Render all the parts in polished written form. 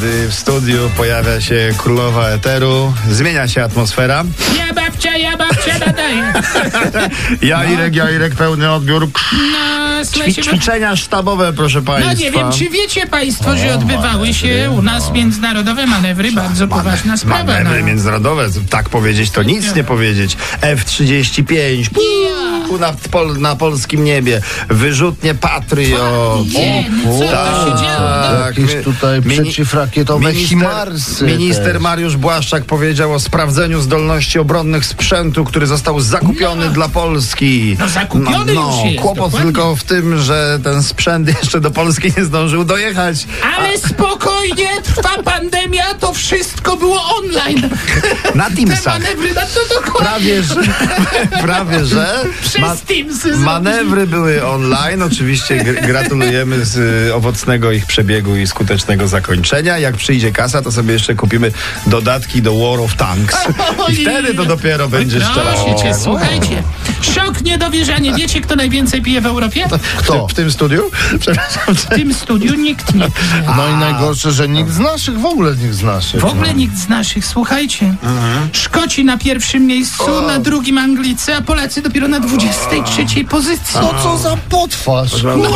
gdy w studiu pojawia się królowa eteru, zmienia się atmosfera. Ja babcia nadaję. Jajrek, pełny odbiór. Ćwiczenia sztabowe, proszę państwa. No nie wiem, czy wiecie państwo, że odbywały się u nas międzynarodowe manewry, bardzo poważna sprawa. Manewry międzynarodowe, tak powiedzieć to nic nie powiedzieć. F-35, na polskim niebie, wyrzutnie Patriot. Co to się dzieje? Jakieś tutaj przeciwrakietowe HIMARSy. Minister Mariusz Błaszczak powiedział o sprawdzeniu zdolności obronnych sprzętu, który został zakupiony dla Polski. No zakupiony już jest. Kłopot dokładnie. tylko w tym, że ten sprzęt jeszcze do Polski nie zdążył dojechać. Ale spokojnie, trwa pandemia, to wszystko było online. Na Te Teamsach. manewry, to dokładnie. Prawie że. Przez Teamsy Manewry były online. Oczywiście gratulujemy z owocnego ich przebiegu i skutecznego zakończenia. Jak przyjdzie kasa, to sobie jeszcze kupimy dodatki do War of Tanks. I wtedy to dopiero będzie szczelało. Proszę cię, słuchajcie. Szok, niedowierzanie. Wiecie, kto najwięcej pije w Europie? Kto? W tym studiu? Przepraszam. W tym studiu nikt nie pije. No i najgorsze, że nikt z naszych, w ogóle nikt z naszych. W ogóle nikt z naszych, słuchajcie. Szkoci na pierwszym miejscu, na drugim Anglicy, a Polacy dopiero na 23 pozycji. Co za potwarz.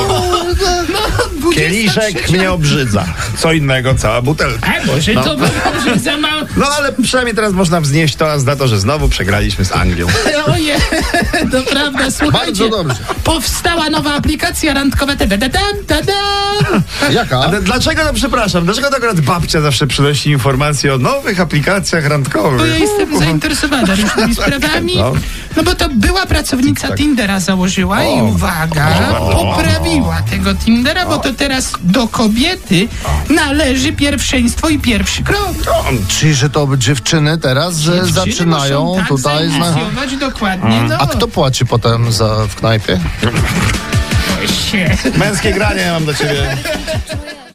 Kieliszek mnie obrzydza. Co innego, cała butelka. A może to może za mało. No ale przynajmniej teraz można wznieść toast za to, że znowu przegraliśmy z Anglią. Oje, to prawda, słuchajcie. Bardzo dobrze. Powstała nowa aplikacja randkowa. Jaka? Ale dlaczego, no przepraszam, dlaczego to akurat babcia zawsze przynosi informacje o nowych aplikacjach Bo randkowych? ja jestem zainteresowana różnymi sprawami. No bo to była pracownica Tindera założyła i uwaga, poprawiła tego Tindera, bo to teraz do kobiety należy pierwszeństwo i pierwszy krok. Czyli, że to dziewczyny teraz zaczynają muszą tak tutaj... zainicjować dokładnie. No. A kto płaci potem w knajpie? Się. Męskie granie mam do ciebie.